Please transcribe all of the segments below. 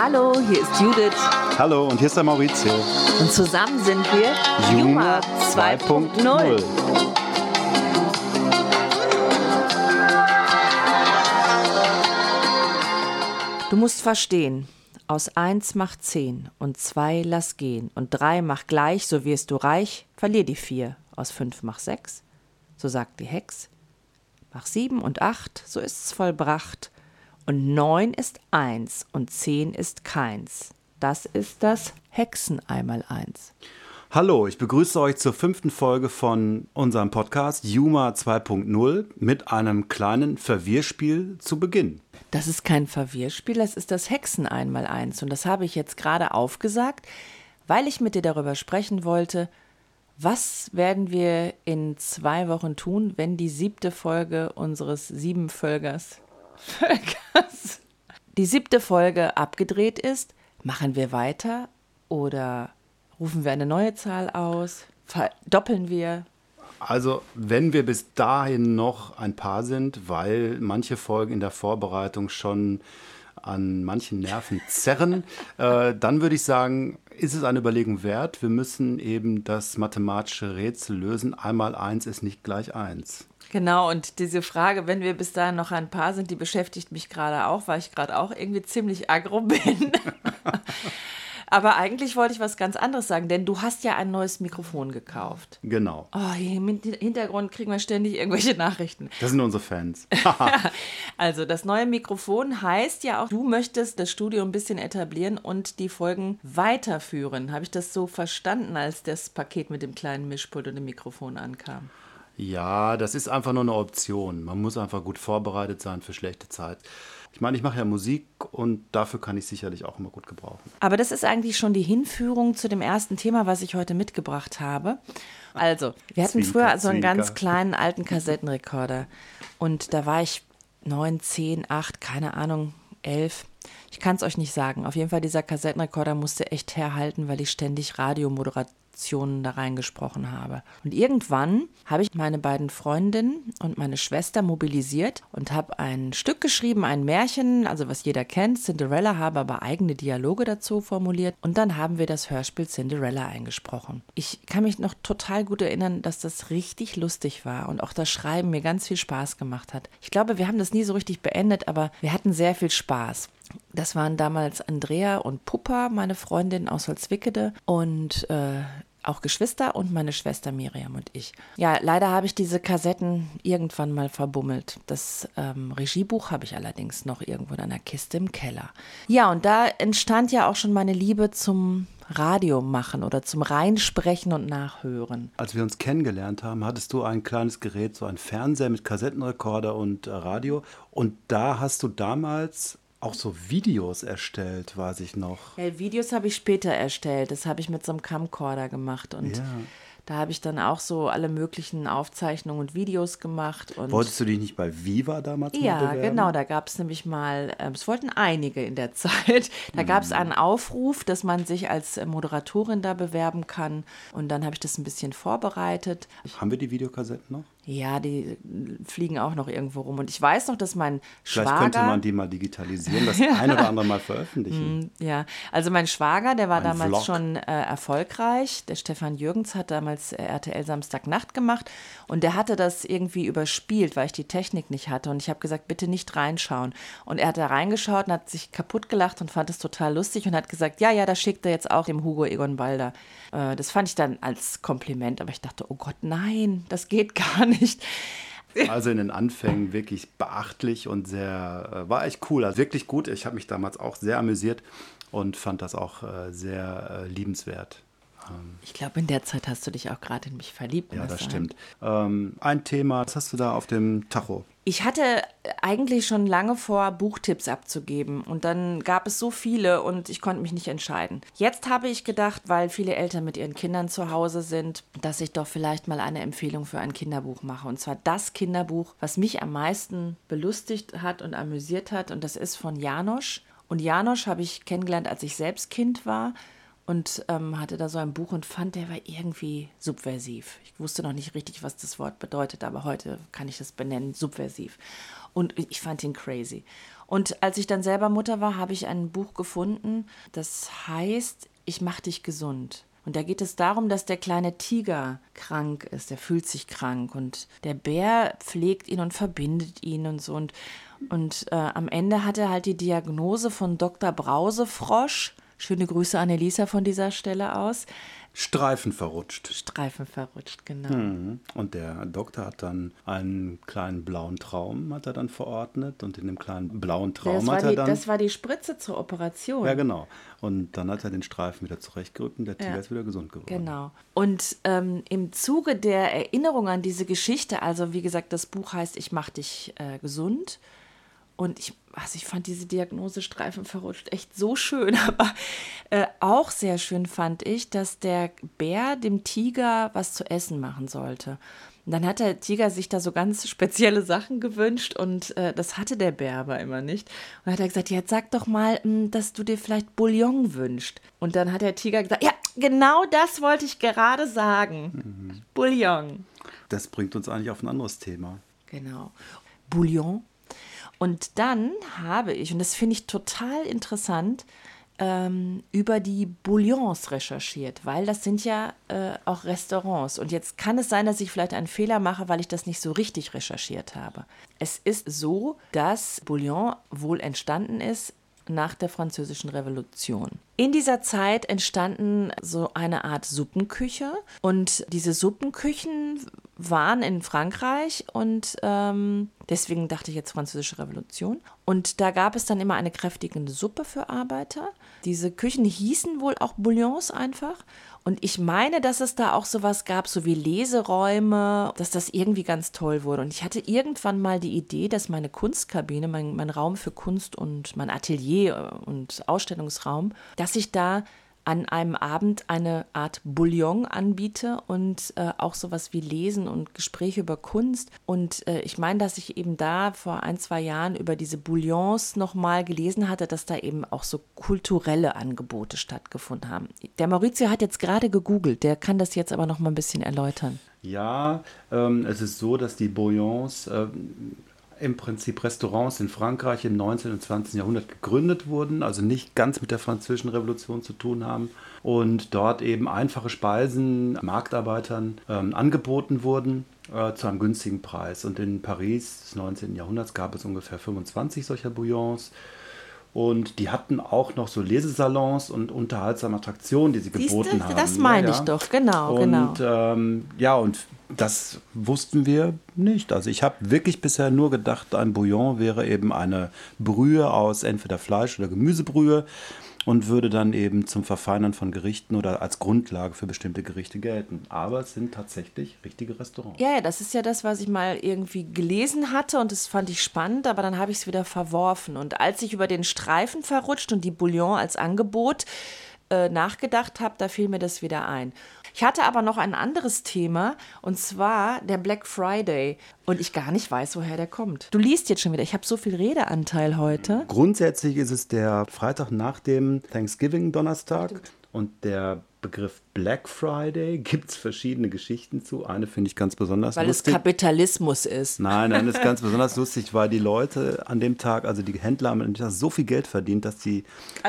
Hallo, hier ist Judith. Hallo, und hier ist der Maurizio. Und zusammen sind wir Juma 2.0. Du musst verstehen, aus 1 macht 10 und 2 lass gehen und 3 mach gleich, so wirst du reich, verlier die 4, aus 5 mach 6, so sagt die Hex. Mach 7 und 8, so ist's vollbracht. Und 9 ist 1 und 10 ist keins. Das ist das Hexen-Einmaleins. Hallo, ich begrüße euch zur 5. Folge von unserem Podcast Juma 2.0 mit einem kleinen Verwirrspiel zu Beginn. Das ist kein Verwirrspiel, das ist das Hexen-Einmaleins. Und das habe ich jetzt gerade aufgesagt, weil ich mit dir darüber sprechen wollte, was werden wir in 2 Wochen tun, wenn die 7. Folge unseres 7-Völkers die 7. Folge abgedreht ist? Machen wir weiter oder rufen wir eine neue Zahl aus? Verdoppeln wir? Also, wenn wir bis dahin noch ein Paar sind, weil manche Folgen in der Vorbereitung schon an manchen Nerven zerren, dann würde ich sagen, ist es eine Überlegung wert. Wir müssen eben das mathematische Rätsel lösen. 1 ist nicht gleich 1. Genau, und diese Frage, wenn wir bis dahin noch ein Paar sind, die beschäftigt mich gerade auch, weil ich gerade auch irgendwie ziemlich aggro bin. Aber eigentlich wollte ich was ganz anderes sagen, denn du hast ja ein neues Mikrofon gekauft. Genau. Oh, hier im Hintergrund kriegen wir ständig irgendwelche Nachrichten. Das sind unsere Fans. Also das neue Mikrofon heißt ja auch, du möchtest das Studio ein bisschen etablieren und die Folgen weiterführen. Habe ich das so verstanden, als das Paket mit dem kleinen Mischpult und dem Mikrofon ankam? Ja, das ist einfach nur eine Option. Man muss einfach gut vorbereitet sein für schlechte Zeit. Ich meine, ich mache ja Musik und dafür kann ich sicherlich auch immer gut gebrauchen. Aber das ist eigentlich schon die Hinführung zu dem ersten Thema, was ich heute mitgebracht habe. Also, wir hatten früher so einen ganz kleinen alten Kassettenrekorder und da war ich 9, 10, 8, keine Ahnung, 11. Ich kann es euch nicht sagen. Auf jeden Fall, dieser Kassettenrekorder musste echt herhalten, weil ich ständig Radiomoderationen da reingesprochen habe. Und irgendwann habe ich meine beiden Freundinnen und meine Schwester mobilisiert und habe ein Stück geschrieben, ein Märchen, also was jeder kennt, Cinderella, habe aber eigene Dialoge dazu formuliert und dann haben wir das Hörspiel Cinderella eingesprochen. Ich kann mich noch total gut erinnern, dass das richtig lustig war und auch das Schreiben mir ganz viel Spaß gemacht hat. Ich glaube, wir haben das nie so richtig beendet, aber wir hatten sehr viel Spaß. Das waren damals Andrea und Puppa, meine Freundin aus Holzwickede und auch Geschwister und meine Schwester Miriam und ich. Ja, leider habe ich diese Kassetten irgendwann mal verbummelt. Das Regiebuch habe ich allerdings noch irgendwo in einer Kiste im Keller. Ja, und da entstand ja auch schon meine Liebe zum Radio machen oder zum Reinsprechen und Nachhören. Als wir uns kennengelernt haben, hattest du ein kleines Gerät, so ein Fernseher mit Kassettenrekorder und Radio. Und da hast du damals auch so Videos erstellt, weiß ich noch. Ja, Videos habe ich später erstellt. Das habe ich mit so einem Camcorder gemacht. Und ja. Da habe ich dann auch so alle möglichen Aufzeichnungen und Videos gemacht. Und wolltest du dich nicht bei Viva damals mal bewerben? Ja, genau. Da gab es nämlich mal, es wollten einige in der Zeit. Da gab es einen Aufruf, dass man sich als Moderatorin da bewerben kann. Und dann habe ich das ein bisschen vorbereitet. Haben wir die Videokassetten noch? Ja, die fliegen auch noch irgendwo rum. Und ich weiß noch, dass mein Schwager... Vielleicht könnte man die mal digitalisieren, das ein oder andere mal veröffentlichen. Ja, also mein Schwager, der war Ein damals Vlog. schon erfolgreich. Der Stefan Jürgens hat damals RTL Samstagnacht gemacht. Und der hatte das irgendwie überspielt, weil ich die Technik nicht hatte. Und ich habe gesagt, bitte nicht reinschauen. Und er hat da reingeschaut und hat sich kaputt gelacht und fand es total lustig und hat gesagt, ja, das schickt er jetzt auch dem Hugo Egon Balder. Das fand ich dann als Kompliment. Aber ich dachte, oh Gott, nein, das geht gar nicht. Also in den Anfängen wirklich beachtlich und war echt cool, also wirklich gut. Ich habe mich damals auch sehr amüsiert und fand das auch sehr liebenswert. Ich glaube, in der Zeit hast du dich auch gerade in mich verliebt. Ja, das stimmt. Ein Thema, was hast du da auf dem Tacho? Ich hatte eigentlich schon lange vor, Buchtipps abzugeben und dann gab es so viele und ich konnte mich nicht entscheiden. Jetzt habe ich gedacht, weil viele Eltern mit ihren Kindern zu Hause sind, dass ich doch vielleicht mal eine Empfehlung für ein Kinderbuch mache. Und zwar das Kinderbuch, was mich am meisten belustigt hat und amüsiert hat und das ist von Janosch. Und Janosch habe ich kennengelernt, als ich selbst Kind war. und hatte da so ein Buch und fand, der war irgendwie subversiv. Ich wusste noch nicht richtig, was das Wort bedeutet, aber heute kann ich das benennen, subversiv. Und ich fand ihn crazy. Und als ich dann selber Mutter war, habe ich ein Buch gefunden, das heißt, ich mach dich gesund. Und da geht es darum, dass der kleine Tiger krank ist, der fühlt sich krank und der Bär pflegt ihn und verbindet ihn und so. Und am Ende hat er halt die Diagnose von Dr. Brausefrosch. Schöne Grüße an Elisa von dieser Stelle aus. Streifen verrutscht. Streifen verrutscht, genau. Und der Doktor hat dann einen kleinen blauen Traum, hat er dann verordnet. Und in dem kleinen blauen Traum hat er dann... Das war die Spritze zur Operation. Ja, genau. Und dann hat er den Streifen wieder zurechtgerückt und der Tiger ist wieder gesund geworden. Genau. Und im Zuge der Erinnerung an diese Geschichte, also wie gesagt, das Buch heißt Ich mach dich gesund. Und ich fand diese Diagnose Streifen verrutscht echt so schön. Aber auch sehr schön fand ich, dass der Bär dem Tiger was zu essen machen sollte. Und dann hat der Tiger sich da so ganz spezielle Sachen gewünscht und das hatte der Bär aber immer nicht. Und dann hat er gesagt, ja, jetzt sag doch mal, dass du dir vielleicht Bouillon wünschst. Und dann hat der Tiger gesagt, ja, genau das wollte ich gerade sagen. Bouillon. Das bringt uns eigentlich auf ein anderes Thema. Genau. Bouillon. Und dann habe ich, und das finde ich total interessant, über die Bouillons recherchiert, weil das sind ja auch Restaurants. Und jetzt kann es sein, dass ich vielleicht einen Fehler mache, weil ich das nicht so richtig recherchiert habe. Es ist so, dass Bouillon wohl entstanden ist nach der Französischen Revolution. In dieser Zeit entstanden so eine Art Suppenküche und diese Suppenküchen waren in Frankreich und deswegen dachte ich jetzt Französische Revolution. Und da gab es dann immer eine kräftigende Suppe für Arbeiter. Diese Küchen hießen wohl auch Bouillons einfach. Und ich meine, dass es da auch sowas gab, so wie Leseräume, dass das irgendwie ganz toll wurde. Und ich hatte irgendwann mal die Idee, dass meine Kunstkabine, mein Raum für Kunst und mein Atelier und Ausstellungsraum, dass ich da an einem Abend eine Art Bouillon anbiete und auch sowas wie Lesen und Gespräche über Kunst. Und ich meine, dass ich eben da vor 1-2 Jahren über diese Bouillons nochmal gelesen hatte, dass da eben auch so kulturelle Angebote stattgefunden haben. Der Maurizio hat jetzt gerade gegoogelt, der kann das jetzt aber noch mal ein bisschen erläutern. Ja, es ist so, dass die Bouillons im Prinzip Restaurants in Frankreich im 19. und 20. Jahrhundert gegründet wurden, also nicht ganz mit der Französischen Revolution zu tun haben und dort eben einfache Speisen Marktarbeitern angeboten wurden zu einem günstigen Preis. Und in Paris des 19. Jahrhunderts gab es ungefähr 25 solcher Bouillons. Und die hatten auch noch so Lesesalons und unterhaltsame Attraktionen, die sie geboten haben. Das meine ich doch, genau. Und und das wussten wir nicht. Also ich habe wirklich bisher nur gedacht, ein Bouillon wäre eben eine Brühe aus entweder Fleisch- oder Gemüsebrühe und würde dann eben zum Verfeinern von Gerichten oder als Grundlage für bestimmte Gerichte gelten. Aber es sind tatsächlich richtige Restaurants. Ja, das ist ja das, was ich mal irgendwie gelesen hatte und das fand ich spannend, aber dann habe ich es wieder verworfen. Und als ich über den Streifen verrutscht und die Bouillon als Angebot nachgedacht habe, da fiel mir das wieder ein. Ich hatte aber noch ein anderes Thema, und zwar der Black Friday. Und ich gar nicht weiß, woher der kommt. Du liest jetzt schon wieder. Ich habe so viel Redeanteil heute. Grundsätzlich ist es der Freitag nach dem Thanksgiving-Donnerstag. Stimmt. Und der Begriff Black Friday gibt es verschiedene Geschichten zu. Eine finde ich ganz besonders lustig. Weil es Kapitalismus ist. Nein, das ist ganz besonders lustig, weil die Leute an dem Tag, also die Händler haben an dem Tag so viel Geld verdient, dass sie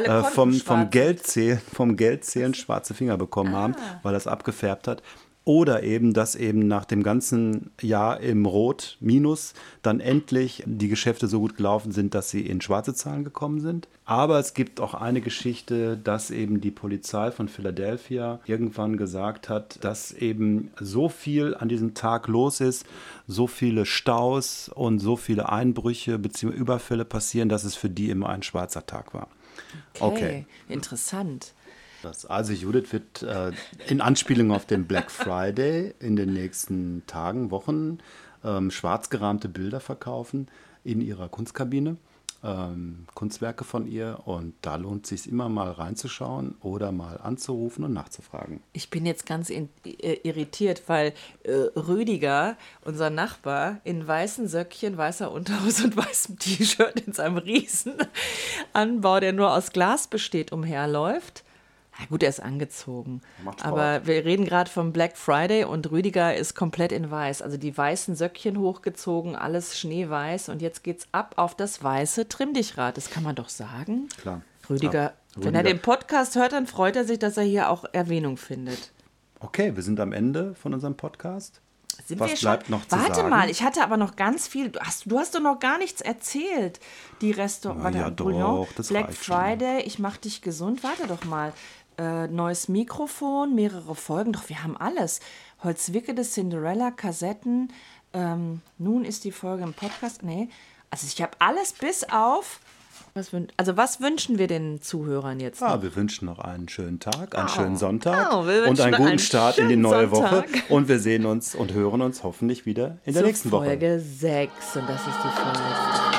vom Geldzählen schwarze Finger bekommen haben, weil das abgefärbt hat. Oder eben, dass eben nach dem ganzen Jahr im Rot minus dann endlich die Geschäfte so gut gelaufen sind, dass sie in schwarze Zahlen gekommen sind. Aber es gibt auch eine Geschichte, dass eben die Polizei von Philadelphia irgendwann gesagt hat, dass eben so viel an diesem Tag los ist, so viele Staus und so viele Einbrüche bzw. Überfälle passieren, dass es für die immer ein schwarzer Tag war. Okay. Interessant. Also Judith wird in Anspielung auf den Black Friday in den nächsten Tagen, Wochen schwarz gerahmte Bilder verkaufen in ihrer Kunstkabine, Kunstwerke von ihr. Und da lohnt es sich immer mal reinzuschauen oder mal anzurufen und nachzufragen. Ich bin jetzt ganz irritiert, weil Rüdiger, unser Nachbar, in weißen Söckchen, weißer Unterhose und weißem T-Shirt in seinem Riesenanbau, der nur aus Glas besteht, umherläuft. Na gut, er ist angezogen. Macht Sport. Aber wir reden gerade vom Black Friday und Rüdiger ist komplett in weiß. Also die weißen Söckchen hochgezogen, alles schneeweiß. Und jetzt geht's ab auf das weiße Trimm-Dich-Rad. Das kann man doch sagen. Klar. Rüdiger, wenn er den Podcast hört, dann freut er sich, dass er hier auch Erwähnung findet. Okay, wir sind am Ende von unserem Podcast. Was bleibt noch zu sagen? Warte mal, ich hatte aber noch ganz viel. Du hast doch noch gar nichts erzählt. Die Restaurants, ja, doch, das Black Friday, schon. Ich mach dich gesund. Warte doch mal. Neues Mikrofon, mehrere Folgen. Doch, wir haben alles. Holzwickede Cinderella, Kassetten. Nun ist die Folge im Podcast. Nee, also ich habe alles bis auf... Was wünschen wir den Zuhörern jetzt noch? Wir wünschen noch einen schönen Tag, einen schönen Sonntag und einen guten Start in die neue Sonntag. Woche. Und wir sehen uns und hören uns hoffentlich wieder in der nächsten Woche. Folge 6 und das ist die vorletzte.